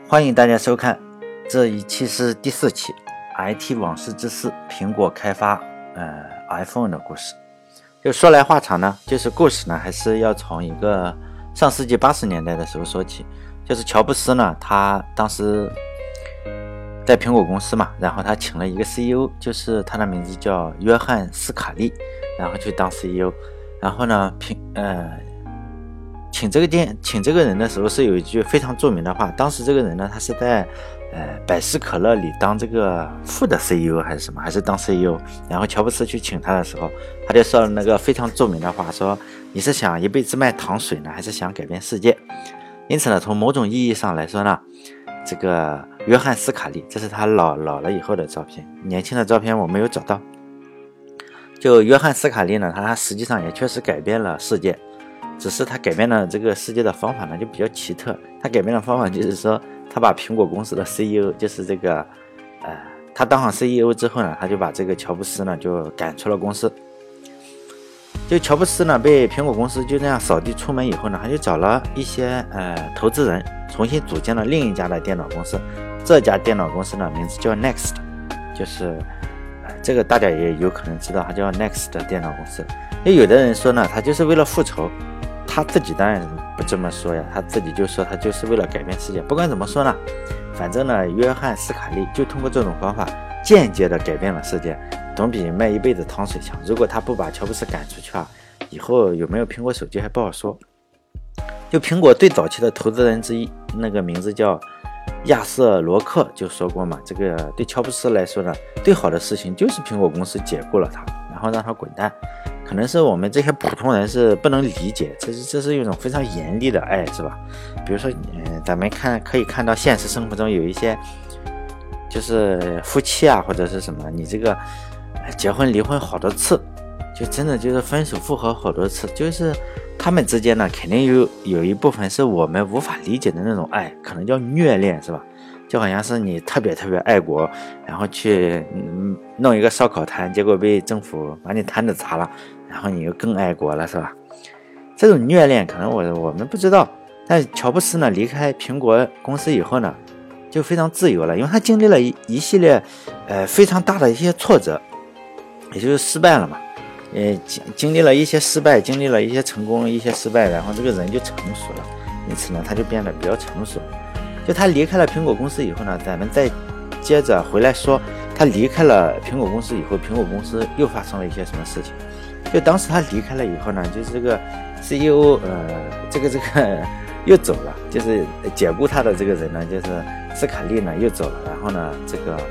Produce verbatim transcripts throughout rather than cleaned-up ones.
欢迎大家收看，这一期是第四期 I T 往事之四，苹果开发呃 iPhone 的故事。就说来话长呢，就是故事呢还是要从一个上世纪八十年代的时候说起。就是乔布斯呢，他当时在苹果公司嘛，然后他请了一个 C E O， 就是他的名字叫约翰斯卡利，然后去当 C E O。然后呢，苹呃请这个店请这个人的时候是有一句非常著名的话，当时这个人呢，他是在呃百事可乐里当这个副的 C E O 还是什么，还是当 C E O。然后乔布斯去请他的时候，他就说了那个非常著名的话，说你是想一辈子卖糖水呢，还是想改变世界？因此呢，从某种意义上来说呢，这个约翰斯卡利，这是他老老了以后的照片，年轻的照片我没有找到。就约翰斯卡利呢，他实际上也确实改变了世界，只是他改变了这个世界的方法呢就比较奇特。他改变的方法就是说，他把苹果公司的 C E O， 就是这个呃，他当上 C E O 之后呢，他就把这个乔布斯呢就赶出了公司。就乔布斯呢被苹果公司就这样扫地出门以后呢，他就找了一些呃投资人，重新组建了另一家的电脑公司。这家电脑公司呢名字叫 Next， 就是呃这个大家也有可能知道，它叫 Next 的电脑公司。也有的人说呢，他就是为了复仇，他自己当然不这么说呀，他自己就说他就是为了改变世界。不管怎么说呢，反正呢，约翰斯卡利就通过这种方法间接的改变了世界，总比卖一辈子糖水强。如果他不把乔布斯赶出去啊，以后有没有苹果手机还不好说。就苹果最早期的投资人之一，那个名字叫亚瑟罗克就说过嘛，这个对乔布斯来说呢，最好的事情就是苹果公司解雇了他，然后让他滚蛋。可能是我们这些普通人是不能理解，这是这是一种非常严厉的爱，是吧？比如说，嗯，咱们看可以看到现实生活中有一些就是夫妻啊，或者是什么，你这个结婚离婚好多次，就真的就是分手复合好多次，就是他们之间呢，肯定有有一部分是我们无法理解的那种爱，可能叫虐恋，是吧？就好像是你特别特别爱国，然后去、嗯、弄一个烧烤摊，结果被政府把你摊子砸了，然后你又更爱国了，是吧？这种虐恋可能我我们不知道，但是乔布斯呢离开苹果公司以后呢，就非常自由了，因为他经历了一一系列呃非常大的一些挫折，也就是失败了嘛，呃经经历了一些失败，经历了一些成功，一些失败，然后这个人就成熟了，因此呢他就变得比较成熟。就他离开了苹果公司以后呢，咱们再接着回来说，他离开了苹果公司以后，苹果公司又发生了一些什么事情。就当时他离开了以后呢，就是这个 C E O 呃这个这个又走了，就是解雇他的这个人呢，就是斯卡利呢又走了，然后呢这个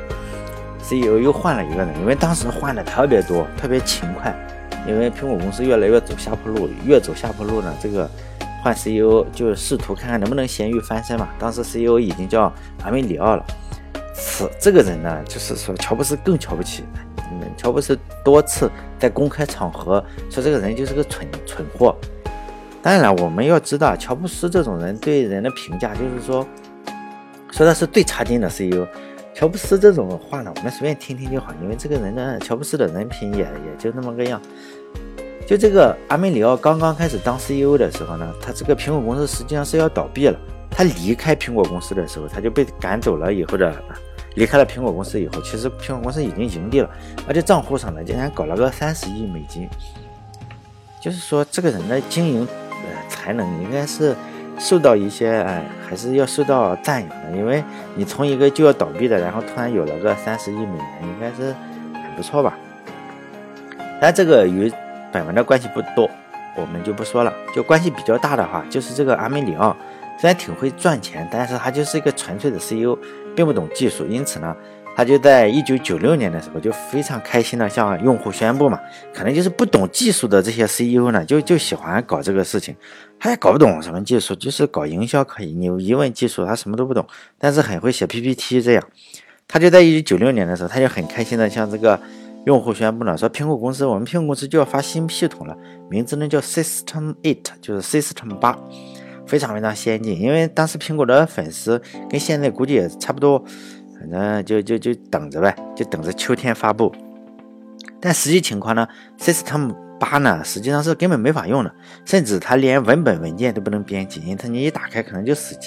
C E O 又换了一个人，因为当时换的特别多，特别勤快，因为苹果公司越来越走下坡路，越走下坡路呢，这个换 C E O 就试图看看能不能咸鱼翻身嘛。当时 C E O 已经叫阿梅里奥了，此这个人呢，就是说乔布斯更瞧不起。乔布斯多次在公开场合说这个人就是个蠢蠢货。当然了，我们要知道乔布斯这种人对人的评价就是说，说他是最差劲的 C E O。乔布斯这种话呢，我们随便听听就好，因为这个人呢，乔布斯的人品也也就那么个样。就这个阿梅里奥刚刚开始当 C E O 的时候呢，他这个苹果公司实际上是要倒闭了。他离开苹果公司的时候，他就被赶走了以后的，离开了苹果公司以后，其实苹果公司已经盈利了，而且账户上呢竟然搞了个三十亿美金。就是说这个人的经营呃才能应该是受到一些呃还是要受到赞扬的，因为你从一个就要倒闭的，然后突然有了个三十亿美元，应该是很不错吧。但这个与本文的关系不多，我们就不说了。就关系比较大的话，就是这个阿梅里奥虽然挺会赚钱，但是他就是一个纯粹的 C E O， 并不懂技术，因此呢他就在一九九六年的时候就非常开心的向用户宣布嘛，可能就是不懂技术的这些 C E O 呢就就喜欢搞这个事情。他也搞不懂什么技术，就是搞营销可以，你有疑问技术他什么都不懂，但是很会写 P P T。 这样他就在一九九六年的时候，他就很开心的向这个用户宣布了，说苹果公司我们苹果公司就要发新系统了，名字呢叫 System 八， 就是 System 八，非常非常先进。因为当时苹果的粉丝跟现在估计也差不多，反正就就就等着呗，就等着秋天发布。但实际情况呢 System 八呢实际上是根本没法用的，甚至它连文本文件都不能编辑，因此你一打开可能就死机了。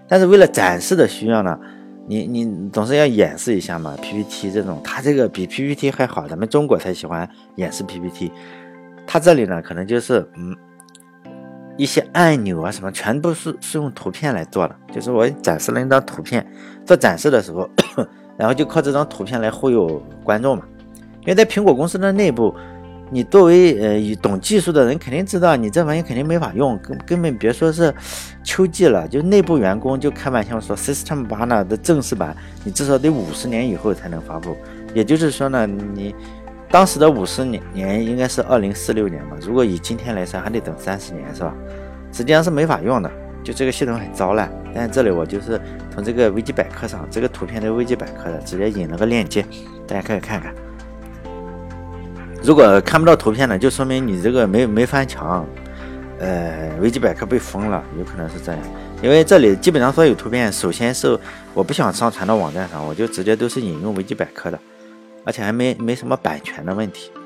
但是为了展示的需要呢，你你总是要演示一下嘛 ，P P T 这种，它这个比 P P T 还好，咱们中国才喜欢演示 P P T， 它这里呢可能就是嗯一些按钮啊什么，全部是是用图片来做的，就是我展示了一张图片，做展示的时候，然后就靠这张图片来忽悠观众嘛，因为在苹果公司的内部。你作为呃懂技术的人，肯定知道你这玩意肯定没法用，根根本别说是秋季了，就内部员工就开玩笑说 System 八呢的正式版，你至少得五十年以后才能发布。也就是说呢，你当时的五十年应该是二零四六年吧，如果以今天来算，还得等三十年，是吧？实际上是没法用的，就这个系统很糟烂。但这里我就是从这个维基百科上，这个图片的维基百科的，直接引了个链接，大家可以看看。如果看不到图片呢，就说明你这个没没翻墙，呃，维基百科被封了，有可能是这样。因为这里基本上所有图片，首先是我不想上传到网站上，我就直接都是引用维基百科的，而且还没没什么版权的问题。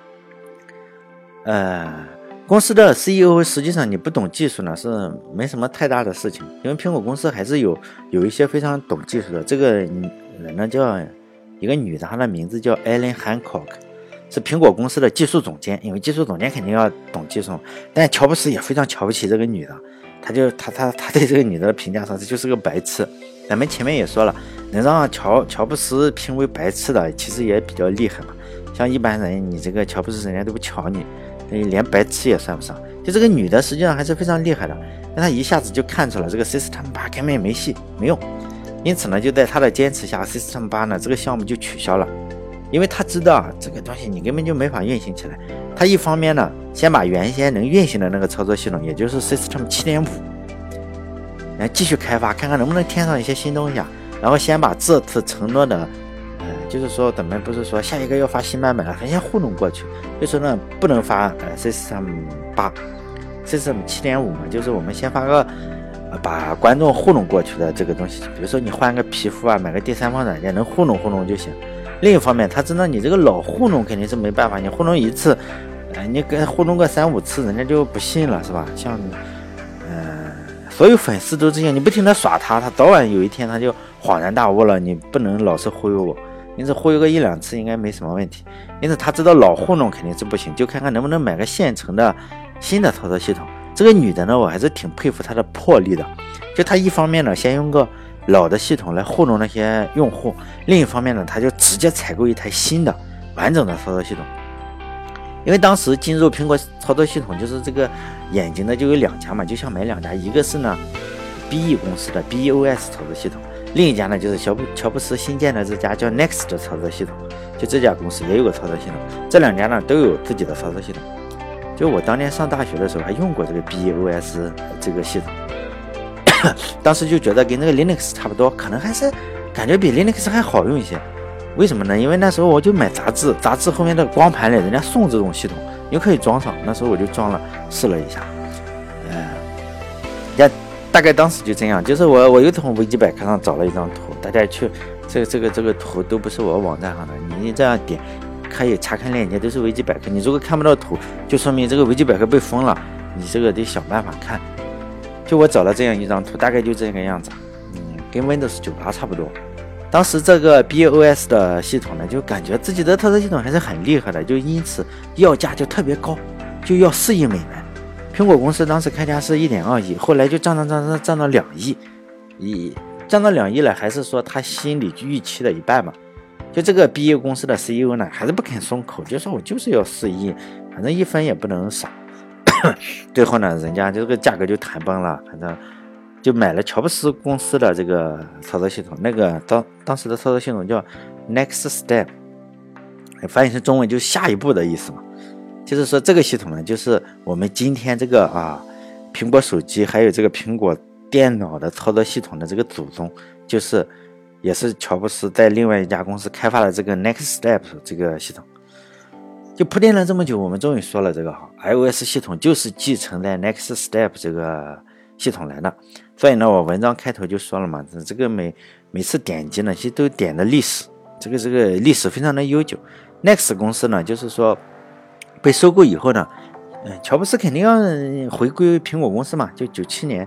呃，公司的 C E O 实际上你不懂技术呢，是没什么太大的事情，因为苹果公司还是有有一些非常懂技术的。这个人呢叫一个女的，她的名字叫 Ellen Hancock。是苹果公司的技术总监，因为技术总监肯定要懂技术，但乔布斯也非常瞧不起这个女的，他就他他他对这个女的评价说这就是个白痴。咱们前面也说了，能让乔乔布斯评为白痴的，其实也比较厉害嘛。像一般人，你这个乔布斯人家都不瞧你，连白痴也算不上。就这个女的实际上还是非常厉害的，但她一下子就看出了这个 System 八根本没戏，没用。因此呢，就在她的坚持下 ，System 八呢这个项目就取消了。因为他知道啊，这个东西你根本就没法运行起来。他一方面呢，先把原先能运行的那个操作系统，也就是 System 七点五， 来继续开发，看看能不能添上一些新东西啊。然后先把这次承诺的，呃，就是说咱们不是说下一个要发新版本了，先糊弄过去，就说呢不能发呃 System 八 ，System 七点五嘛，就是我们先发个。把观众糊弄过去的这个东西，比如说你换个皮肤啊，买个第三方软件能糊弄糊弄就行。另一方面，他知道你这个老糊弄肯定是没办法，你糊弄一次，呃，你跟糊弄个三五次，人家就不信了，是吧？像，呃，所有粉丝都这样，你不停的耍他，他早晚有一天他就恍然大悟了，你不能老是忽悠我，因此忽悠个一两次应该没什么问题。因此他知道老糊弄肯定是不行，就看看能不能买个现成的新的操作系统。这个女的呢，我还是挺佩服她的魄力的。就她一方面呢，先用个老的系统来糊弄那些用户；另一方面呢，她就直接采购一台新的完整的操作系统。因为当时进入苹果操作系统就是这个眼睛的就有两家嘛，就想买两家，一个是呢 B E 公司的 B E O S 操作系统，另一家呢就是乔布乔布斯新建的这家叫 Next 的操作系统。就这家公司也有个操作系统，这两家呢都有自己的操作系统。就我当年上大学的时候还用过这个 B E O S 这个系统，当时就觉得跟那个 Linux 差不多，可能还是感觉比 Linux 还好用一些。为什么呢？因为那时候我就买杂志，杂志后面的光盘里人家送这种系统，你可以装上。那时候我就装了，试了一下，嗯、呃，大概当时就这样。就是我我又从维基百科上找了一张图，大家去这个这个这个图都不是我网站上的，你这样点。可以查看链接，都是维基百科。你如果看不到图，就说明这个维基百科被封了，你这个得想办法看。就我找了这样一张图，大概就这个样子，嗯，跟 Windows 九八差不多。当时这个 B E O S 的系统呢，就感觉自己的操作系统还是很厉害的，就因此要价就特别高，就要四亿美元。苹果公司当时开价是一点二亿，后来就涨涨涨涨涨到两亿，一涨到两亿了，还是说他心里预期的一半嘛？就这个 B E 公司的 C E O 呢，还是不肯松口，就说我就是要四亿，反正一分也不能少。最后呢，人家这个价格就谈崩了，反正就买了乔布斯公司的这个操作系统，那个当当时的操作系统叫 Next Step， 翻译成中文就下一步的意思嘛。就是说这个系统呢，就是我们今天这个啊，苹果手机还有这个苹果电脑的操作系统的这个祖宗，就是。也是乔布斯在另外一家公司开发了这个 Next Step 这个系统，就铺垫了这么久，我们终于说了这个哈 iOS 系统就是继承在 Next Step 这个系统来的。所以呢，我文章开头就说了嘛，这个每每次点击呢，其实都点的历史，这个这个历史非常的悠久。Next 公司呢，就是说被收购以后呢，嗯，乔布斯肯定要回归苹果公司嘛，就九七年。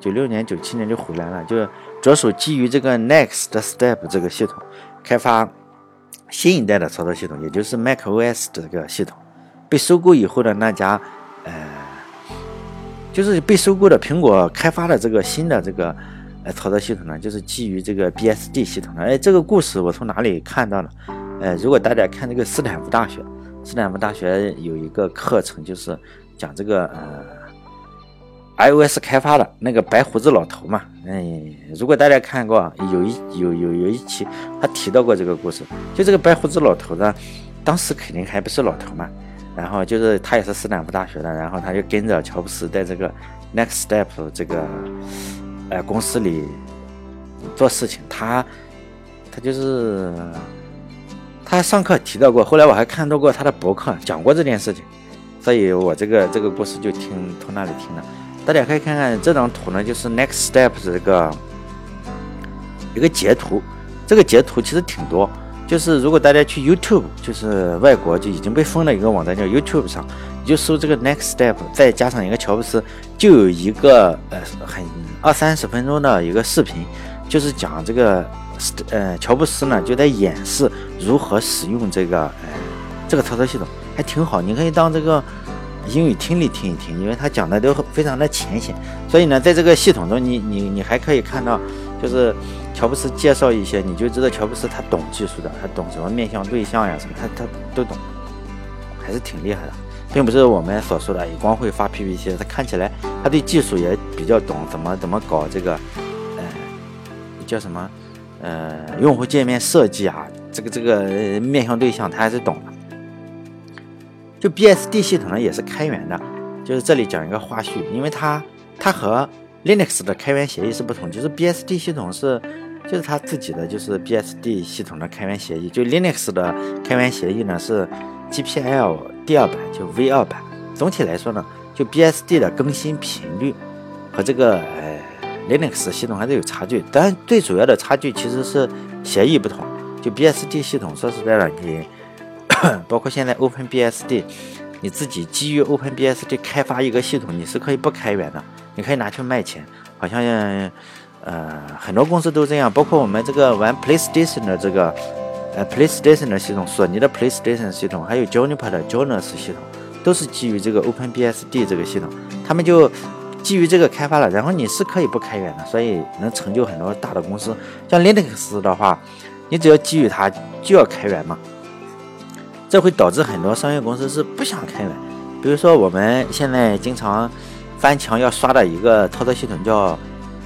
九六年、九七年就回来了，就着手基于这个 Next Step 这个系统开发新一代的操作系统，也就是 macOS 这个系统。被收购以后的那家，呃，就是被收购的苹果开发的这个新的这个呃操作系统呢，就是基于这个 B S D 系统的。哎，这个故事我从哪里看到的？呃，如果大家看这个斯坦福大学，斯坦福大学有一个课程，就是讲这个呃 iOS 开发的那个白胡子老头嘛。哎，如果大家看过，有一有有有一期他提到过这个故事，就这个白胡子老头呢，当时肯定还不是老头嘛。然后就是他也是斯坦福大学的，然后他就跟着乔布斯在这个 Next Step 这个呃公司里做事情。他他就是他上课提到过，后来我还看到过他的博客讲过这件事情，所以我这个这个故事就听从那里听了。大家可以看看这张图呢，就是 Next Step 这个一个截图，这个截图其实挺多。就是如果大家去 YouTube， 就是外国就已经被封了一个网站叫 YouTube 上，你就搜这个 Next Step， 再加上一个乔布斯，就有一个呃很二三十分钟的一个视频，就是讲这个呃乔布斯呢就在演示如何使用这个呃这个操作系统，还挺好，你可以当这个英语听力听一听，因为他讲的都非常的浅显。所以呢，在这个系统中，你你你还可以看到，就是乔布斯介绍一些，你就知道乔布斯他懂技术的，他懂什么面向对象呀什么，他他都懂，还是挺厉害的，并不是我们所说的光会发 P P T。他看起来他对技术也比较懂，怎么怎么搞这个，呃，叫什么，呃，用户界面设计啊，这个这个面向对象他还是懂的。就 B S D 系统呢也是开源的，就是这里讲一个花絮，因为它它和 Linux 的开源协议是不同，就是 B S D 系统是就是它自己的就是 B S D 系统的开源协议，就 Linux 的开源协议呢是 G P L 第二版，就 V 二版。总体来说呢，就 B S D 的更新频率和这个呃 Linux 系统还是有差距，但最主要的差距其实是协议不同。就 B S D 系统说实在的，你包括现在 OpenBSD， 你自己基于 OpenBSD 开发一个系统，你是可以不开源的，你可以拿去卖钱，好像呃很多公司都这样，包括我们这个玩 PlayStation 的这个呃 PlayStation 的系统，索尼的 PlayStation 系统，还有 Juniper 的 Jonas 系统，都是基于这个 OpenBSD 这个系统，他们就基于这个开发了，然后你是可以不开源的，所以能成就很多大的公司。像 Linux 的话，你只要基于它就要开源嘛。这会导致很多商业公司是不想开源。比如说我们现在经常翻墙要刷的一个操作系统叫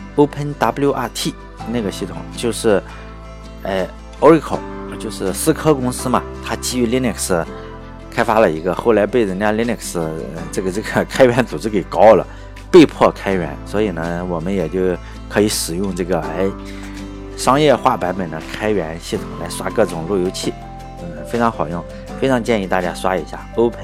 OpenWRT， 那个系统就是呃 Oracle 就是思科公司嘛，它基于 Linux 开发了一个，后来被人家 Linux 这个这个开源组织给告了，被迫开源，所以呢我们也就可以使用这个哎商业化版本的开源系统来刷各种路由器，嗯，非常好用。非常建议大家刷一下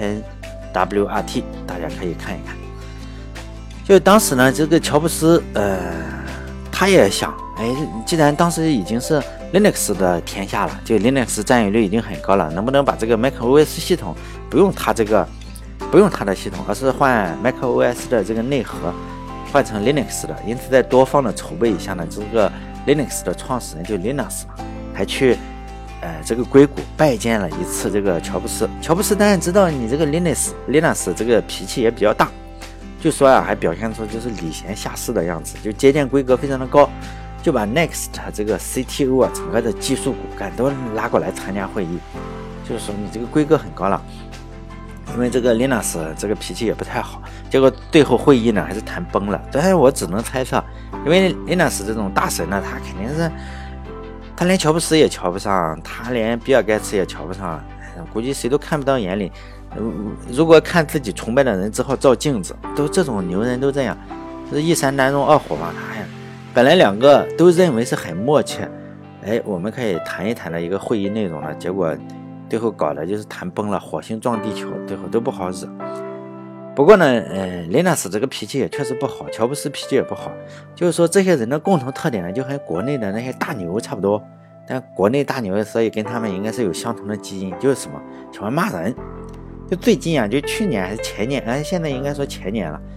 OpenWRT， 大家可以看一看。就当时呢，这个乔布斯，呃，他也想，哎，既然当时已经是 Linux 的天下了，就 Linux 占有率已经很高了，能不能把这个 macOS 系统不用它这个，不用它的系统，而是换 macOS 的这个内核，换成 Linux 的？因此，在多方的筹备一下呢，这个 Linux 的创始人就 Linus 嘛，还去。呃，这个硅谷拜见了一次这个乔布斯，乔布斯当然知道你这个 Linus Linus 这个脾气也比较大，就说啊，还表现出就是礼贤下士的样子，就接见规格非常的高，就把 Next 这个 C T O 啊，整个的技术骨干都拉过来参加会议，就是说你这个规格很高了。因为这个 Linus 这个脾气也不太好，结果最后会议呢还是谈崩了。但是我只能猜测，因为 Linus 这种大神呢，他肯定是。他连乔布斯也瞧不上，他连比尔盖茨也瞧不上，估计谁都看不到眼里。如果看自己崇拜的人之后照镜子，都这种牛人都这样，就是一山难容二虎嘛。他呀，本来两个都认为是很默契，哎，我们可以谈一谈的一个会议内容了，结果最后搞的就是谈崩了，火星撞地球，最后都不好惹。不过呢，呃 ，Linus 这个脾气也确实不好，乔布斯脾气也不好，就是说这些人的共同特点呢，就和国内的那些大牛差不多。但国内大牛，所以跟他们应该是有相同的基因，就是什么喜欢骂人。就最近啊，就去年还是前年，哎，现在应该说前年了，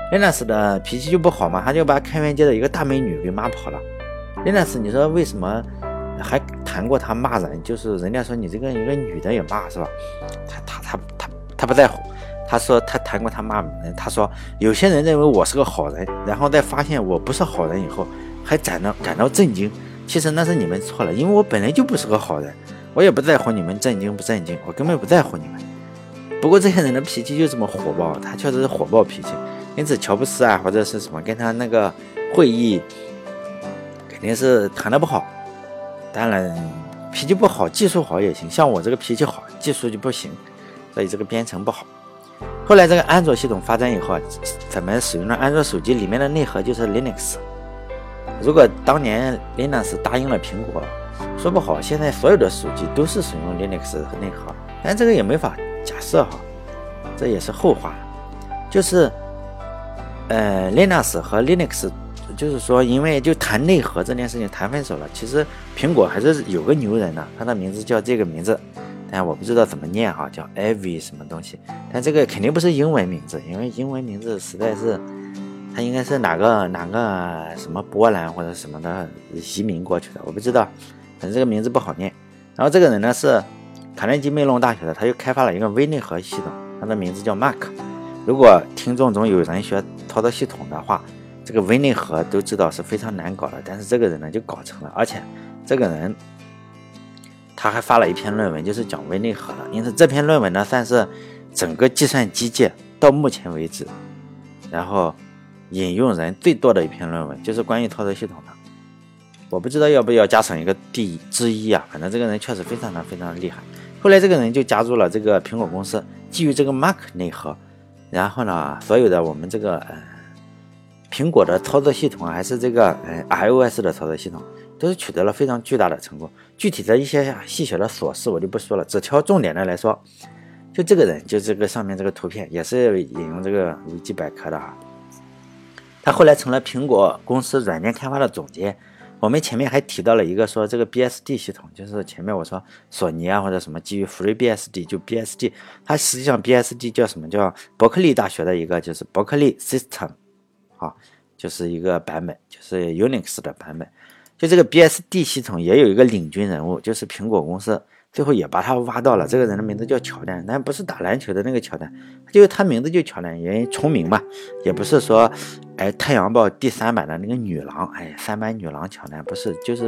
Linus 的脾气就不好嘛，他就把开源界的一个大美女给骂跑了。Linus 你说为什么还谈过他骂人？就是人家说你这个一个女的也骂是吧？他他他他他不在乎。他说他谈过他骂人，他说有些人认为我是个好人，然后在发现我不是好人以后，还感到感到震惊。其实那是你们错了，因为我本来就不是个好人，我也不在乎你们震惊不震惊，我根本不在乎你们。不过这些人的脾气就这么火爆，他确实是火爆脾气，因此乔布斯啊或者是什么跟他那个会议肯定是谈得不好。当然脾气不好技术好也行，像我这个脾气好技术就不行，所以这个编程不好。后来这个安卓系统发展以后啊，咱们使用的安卓手机里面的内核就是 Linux。 如果当年 Linux 答应了苹果，说不好现在所有的手机都是使用 Linux 的内核，但这个也没法假设哈，这也是后话。就是呃 Linux 和 Linux 就是说因为就谈内核这件事情谈分手了。其实苹果还是有个牛人的，他的名字叫这个名字，但我不知道怎么念哈，叫 Ivy 什么东西，但这个肯定不是英文名字，因为英文名字实在是，它应该是哪个哪个什么波兰或者什么的移民过去的，我不知道，反正这个名字不好念。然后这个人呢是卡内基梅隆大学的，他又开发了一个微内核系统，他的名字叫 Mac。 如果听众中有人学操作系统的话，这个微内核都知道是非常难搞的，但是这个人呢就搞成了，而且这个人他还发了一篇论文，就是讲微内核的，因此这篇论文呢算是整个计算机界到目前为止然后引用人最多的一篇论文，就是关于操作系统的。我不知道要不要加上一个第之一啊，反正这个人确实非常的非常的厉害。后来这个人就加入了这个苹果公司，基于这个 Mac 内核，然后呢所有的我们这个呃苹果的操作系统还是这个呃 iOS 的操作系统都是取得了非常巨大的成功。具体的一些细小的琐事我就不说了，只挑重点的来说。就这个人，就这个上面这个图片也是引用这个维基百科的哈。他后来成了苹果公司软件开发的总监。我们前面还提到了一个说这个 B S D 系统，就是前面我说索尼啊或者什么基于 FreeBSD 就 B S D， 它实际上 B S D 叫什么，叫伯克利大学的一个就是伯克利 System 啊，就是一个版本，就是 Unix 的版本。就这个 B S D 系统也有一个领军人物，就是苹果公司最后也把他挖到了，这个人的名字叫乔丹，但不是打篮球的那个乔丹，就是他名字就乔丹，因为聪明嘛，也不是说哎太阳报第三版的那个女郎，哎三版女郎乔丹，不是，就是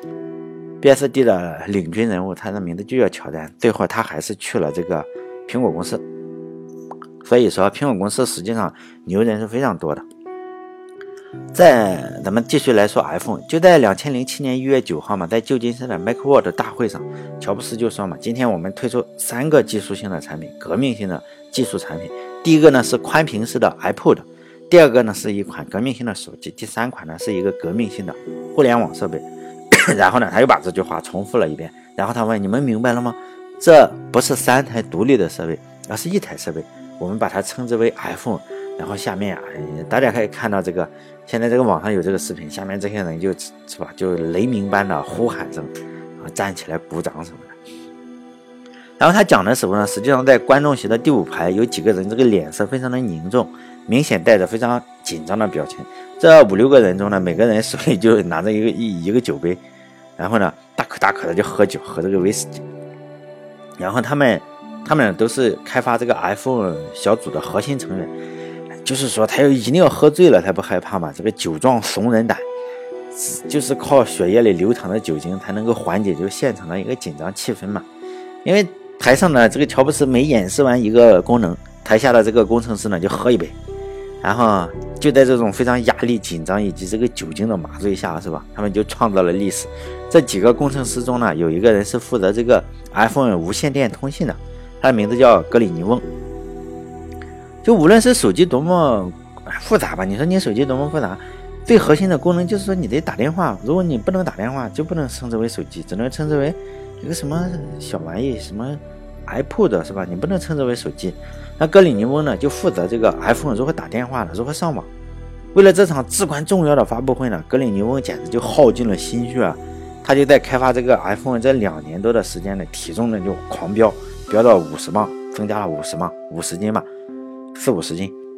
B S D 的领军人物，他的名字就叫乔丹。最后他还是去了这个苹果公司，所以说苹果公司实际上牛人是非常多的。在咱们继续来说 iPhone， 就在二零零七年一月九号嘛，在旧金山的 Macworld 大会上，乔布斯就说嘛，今天我们推出三个技术性的产品，革命性的技术产品。第一个呢是宽屏式的 iPod， 第二个呢是一款革命性的手机，第三款呢是一个革命性的互联网设备。然后呢他又把这句话重复了一遍，然后他问你们明白了吗？这不是三台独立的设备，而是一台设备，我们把它称之为 iPhone。然后下面啊，大家可以看到这个，现在这个网上有这个视频，下面这些人就是吧，就雷鸣般的呼喊声，啊，站起来鼓掌什么的。然后他讲的时候呢，实际上在观众席的第五排有几个人，这个脸色非常的凝重，明显带着非常紧张的表情。这五六个人中呢，每个人手里就拿着一个一一个酒杯，然后呢，大口大口的就喝酒，喝这个威士忌。然后他们他们都是开发这个 iPhone 小组的核心成员。就是说他一定要喝醉了才不害怕嘛，这个酒壮怂人胆，就是靠血液里流淌的酒精才能够缓解就现场的一个紧张气氛嘛。因为台上呢这个乔布斯每演示完一个功能，台下的这个工程师呢就喝一杯，然后就在这种非常压力紧张以及这个酒精的麻醉下，是吧，他们就创造了历史。这几个工程师中呢，有一个人是负责这个 iPhone 无线电通信的，他的名字叫格里尼翁。就无论是手机多么复杂吧，你说你手机多么复杂，最核心的功能就是说你得打电话，如果你不能打电话就不能称之为手机，只能称之为一个什么小玩意，什么 iPod 是吧，你不能称之为手机。那格里尼翁呢就负责这个 iPhone 如何打电话的，如何上网。为了这场至关重要的发布会呢，格里尼翁简直就耗尽了心血啊，他就在开发这个 iPhone 这两年多的时间内，体重呢就狂飙，飙到五十磅，增加了五十磅，五十斤吧，四五十斤，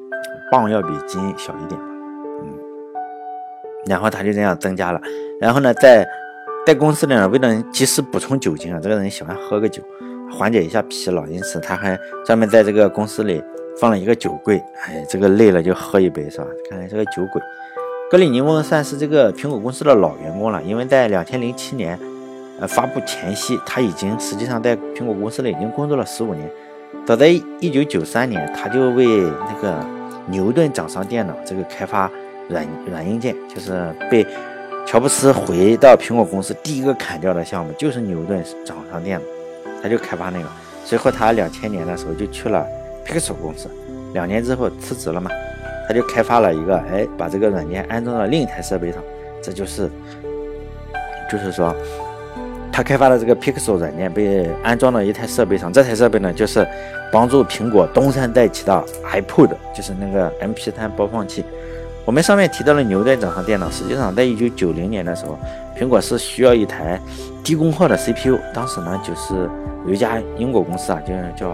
磅要比斤小一点嘛，嗯，然后他就这样增加了。然后呢，在在公司里呢，为了及时补充酒精啊，这个人喜欢喝个酒，缓解一下疲劳，因此他还专门在这个公司里放了一个酒柜。哎，这个累了就喝一杯，是吧？看来这个酒鬼。格里尼翁算是这个苹果公司的老员工了，因为在两千零七年呃发布前夕，他已经实际上在苹果公司里已经工作了十五年。早在一九九三年，他就为那个牛顿掌上电脑这个开发软软硬件，就是被乔布斯回到苹果公司第一个砍掉的项目就是牛顿掌上电脑，他就开发那个。随后他两千年的时候就去了 Pixel 公司，两年之后辞职了嘛，他就开发了一个，哎，把这个软件安装到另一台设备上，这就是就是说他开发的这个 Pixel 软件被安装到一台设备上，这台设备呢就是帮助苹果东山再起的 iPod， 就是那个 M P 三 播放器。我们上面提到了牛顿掌上电脑，实际上在一九九零年的时候，苹果是需要一台低功耗的 C P U， 当时呢就是有一家英国公司啊，就叫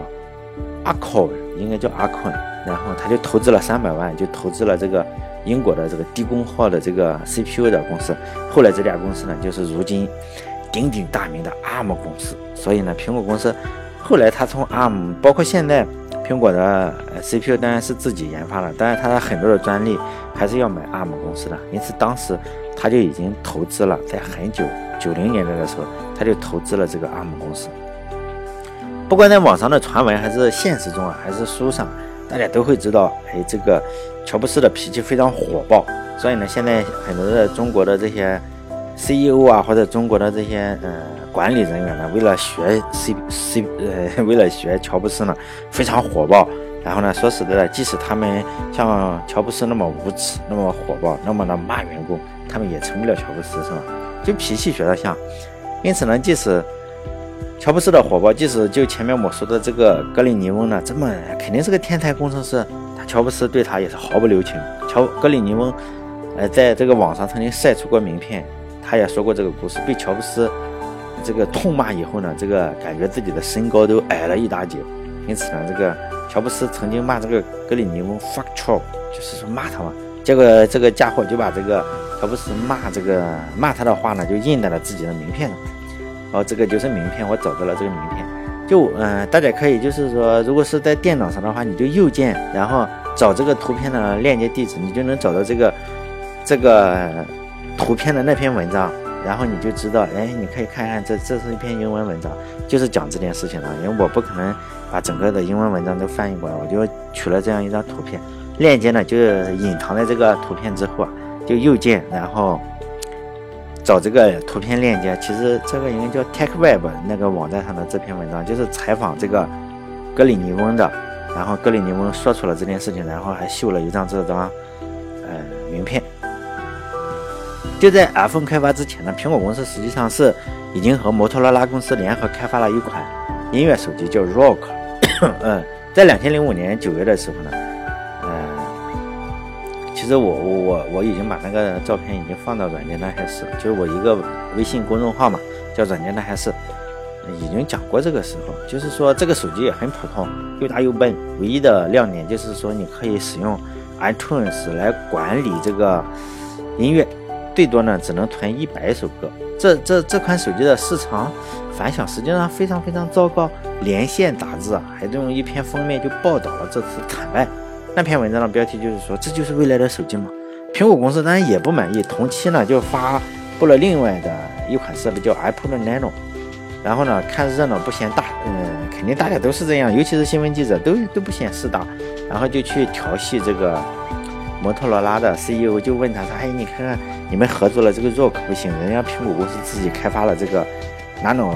Arco， 应该叫 Arco， 然后他就投资了三百万，就投资了这个英国的这个低功耗的这个 C P U 的公司。后来这家公司呢就是如今鼎鼎大名的 A R M 公司。所以呢，苹果公司后来他从 A R M， 包括现在苹果的 C P U 当然是自己研发了，但是它的很多的专利还是要买 A R M 公司的，因此当时他就已经投资了，在很久九零年代的时候他就投资了这个 A R M 公司。不管在网上的传闻还是现实中啊，还是书上，大家都会知道，哎，这个乔布斯的脾气非常火爆。所以呢，现在很多的中国的这些 C E O 啊，或者中国的这些呃管理人员呢，为了学 C C 呃，为了学乔布斯呢，非常火爆。然后呢，说实在的，即使他们像乔布斯那么无耻、那么火爆、那么的骂员工，他们也成不了乔布斯，是吧？就脾气学得像。因此呢，即使乔布斯的火爆，即使就前面我说的这个格里尼翁呢，这么肯定是个天才工程师，他乔布斯对他也是毫不留情。乔格里尼翁，呃，在这个网上曾经晒出过名片，他也说过这个故事，被乔布斯这个痛骂以后呢，这个感觉自己的身高都矮了一大截。因此呢，这个乔布斯曾经骂这个格里尼翁 fuck Chop， 就是说骂他嘛。结果这个家伙就把这个乔布斯骂这个骂他的话呢，就印在了自己的名片上。哦，这个就是名片，我找到了这个名片。就嗯、呃，大家可以就是说，如果是在电脑上的话，你就右键，然后找这个图片的链接地址，你就能找到这个这个图片的那篇文章。然后你就知道，哎，你可以看看这这是一篇英文文章，就是讲这件事情的。因为我不可能把整个的英文文章都翻译过来，我就取了这样一张图片，链接呢就隐藏在这个图片之后啊，就右键，然后找这个图片链接。其实这个应该叫 TechWeb 那个网站上的这篇文章，就是采访这个格里尼翁的。然后格里尼翁说出了这件事情，然后还秀了一张这张呃名片。就在 iPhone 开发之前呢，苹果公司实际上是已经和摩托罗拉公司联合开发了一款音乐手机，叫 Rock。嗯，在两千零五年九月的时候呢，呃，其实我我我已经把那个照片已经放到软件那还是，就是我一个微信公众号嘛，叫软件那还是，已经讲过这个时候，就是说这个手机也很普通，又大又笨，唯一的亮点就是说你可以使用 iTunes 来管理这个音乐。最多呢只能存一百首歌。这这这款手机的市场反响实际上非常非常糟糕。连线杂志啊还用一篇封面就报道了这次惨败。那篇文章的标题就是说，这就是未来的手机吗？苹果公司当然也不满意，同期呢就发布了另外的一款设备叫 iPod Nano。然后呢看热闹不嫌大，嗯，肯定大家都是这样，尤其是新闻记者都都不嫌事大，然后就去调戏这个摩托罗拉的 C E O， 就问他说，哎，你看看你们合作了这个 Rock 不行，人家苹果公司自己开发了这个 Nano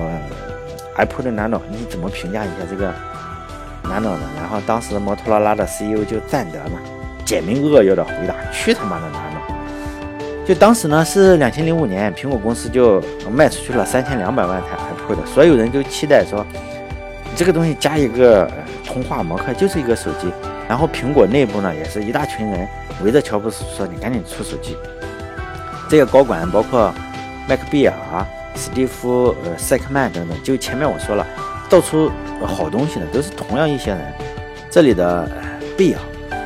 iPod Nano， 你怎么评价一下这个 Nano 呢？然后当时摩托罗拉的 C E O 就赞得嘛，简明扼要的回答，去他妈的 Nano。 就当时呢是两千零五年，苹果公司就卖出去了三千两百万台 iPod， 所有人都期待说这个东西加一个通话模块就是一个手机。然后苹果内部呢也是一大群人围着乔布斯说，你赶紧出手机。这个高管包括麦克比尔、史蒂夫、呃、塞克曼等等，就前面我说了，造出好东西的都是同样一些人。这里的比尔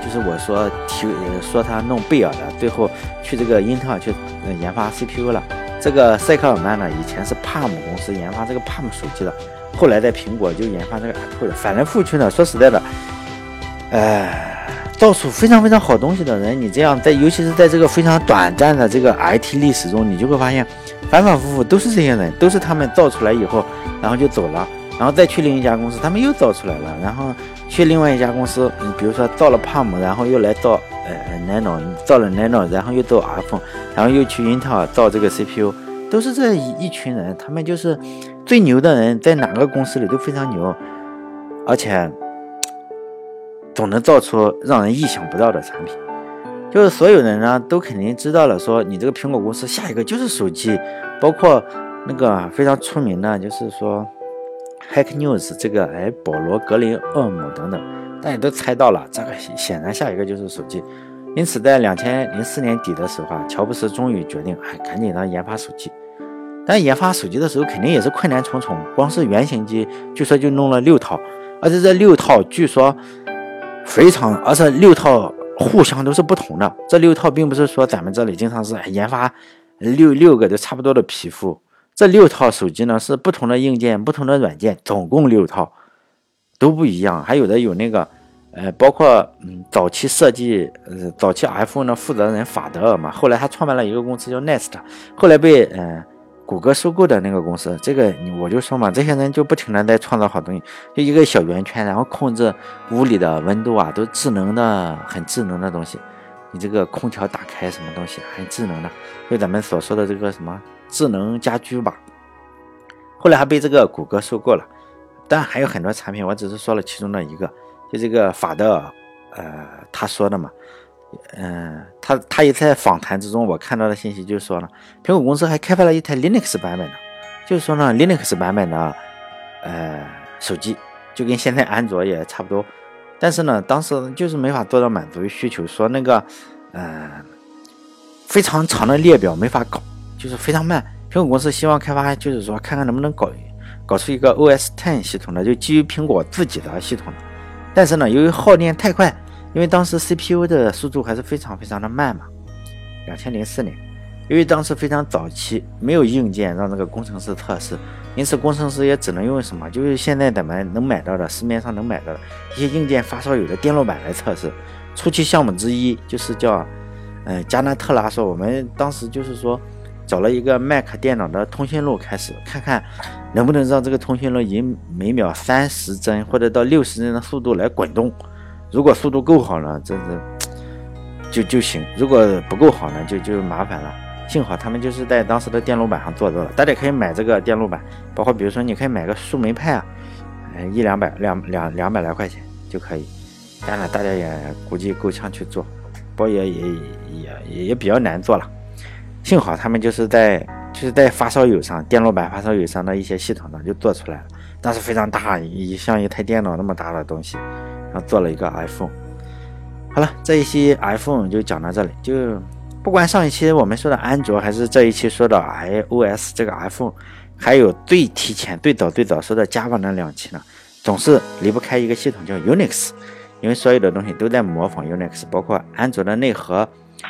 就是我说提说他弄贝尔的，最后去这个英特尔去研发 C P U 了。这个塞克尔曼呢，以前是 Palm 公司研发这个 Palm 手机的，后来在苹果就研发这个 Apple 的。反正父亲呢，说实在的，呃，造出非常非常好东西的人，你这样在，尤其是在这个非常短暂的这个 I T 历史中，你就会发现，反反复复都是这些人，都是他们造出来以后，然后就走了，然后再去另一家公司，他们又造出来了，然后去另外一家公司，你比如说造了 Palm， 然后又来造呃 Nano， 造了 Nano， 然后又造 iPhone， 然后又去英特尔造这个 C P U， 都是这一一群人，他们就是最牛的人，在哪个公司里都非常牛，而且总能造出让人意想不到的产品。就是所有人呢都肯定知道了，说你这个苹果公司下一个就是手机，包括那个非常出名的，就是说 Hack News 这个哎保罗格林厄姆等等，大家都猜到了，这个显然下一个就是手机。因此在二零零四年底的时候啊，乔布斯终于决定哎赶紧的研发手机。但研发手机的时候肯定也是困难重重，光是原型机据说就弄了六套，而且这六套据说非常，而且六套互相都是不同的。这六套并不是说咱们这里经常是研发六六个就差不多的皮肤，这六套手机呢是不同的硬件、不同的软件，总共六套都不一样。还有的有那个呃，包括嗯早期设计呃早期 iPhone 的负责人法德尔嘛，后来他创办了一个公司叫 Nest， 后来被呃谷歌收购的那个公司。这个我就说嘛，这些人就不停的在创造好东西，就一个小圆圈，然后控制屋里的温度啊，都智能的，很智能的东西。你这个空调打开什么东西很智能的，就咱们所说的这个什么智能家居吧。后来还被这个谷歌收购了，但还有很多产品，我只是说了其中的一个，就这个法德尔呃他说的嘛。嗯，他他也在访谈之中，我看到的信息就是说呢，苹果公司还开发了一台 Linux 版本的，就是说呢 Linux 版本的呃手机，就跟现在安卓也差不多，但是呢当时就是没法做到满足于需求，说那个呃非常长的列表没法搞，就是非常慢。苹果公司希望开发，就是说看看能不能搞搞出一个 O S 十 系统的，就基于苹果自己的系统的，但是呢由于耗电太快，因为当时 C P U 的速度还是非常非常的慢嘛。二零零四年，由于当时非常早期，没有硬件让这个工程师测试，因此工程师也只能用什么，就是现在咱们能买到的，市面上能买到的一些硬件发烧友的电路板来测试。初期项目之一就是叫呃加纳特拉说，我们当时就是说找了一个 Mac 电脑的通讯录开始，看看能不能让这个通讯录以每秒三十帧或者到六十帧的速度来滚动。如果速度够好呢，这是就就行；如果不够好呢，就就麻烦了。幸好他们就是在当时的电路板上做到了，大家可以买这个电路板，包括比如说你可以买个树莓派啊，呃一两百两两两百来块钱就可以。当然大家也估计够呛去做，不过也也也也比较难做了。幸好他们就是在就是在发烧友上，电路板发烧友上的一些系统上就做出来了，但是非常大，一像一台电脑那么大的东西。然后做了一个 iPhone。 好了，这一期 iPhone 就讲到这里，就不管上一期我们说的安卓，还是这一期说的 iOS 这个 iPhone， 还有最提前最早最早说的 Java 那两期呢，总是离不开一个系统叫 Unix， 因为所有的东西都在模仿 Unix， 包括安卓的内核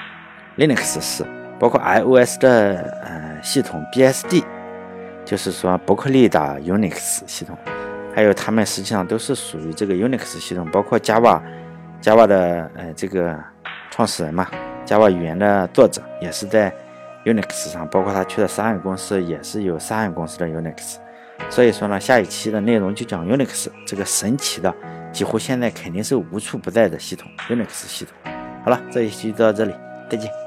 Linux 是，包括 iOS 的呃系统 B S D， 就是说伯克利的 Unix 系统，还有他们实际上都是属于这个 Unix 系统，包括 Java Java 的呃这个创始人嘛， Java 语言的作者也是在 Unix 上，包括他去的沙恩公司也是有沙恩公司的 Unix。 所以说呢，下一期的内容就讲 Unix 这个神奇的几乎现在肯定是无处不在的系统 Unix 系统。好了，这一期就到这里，再见。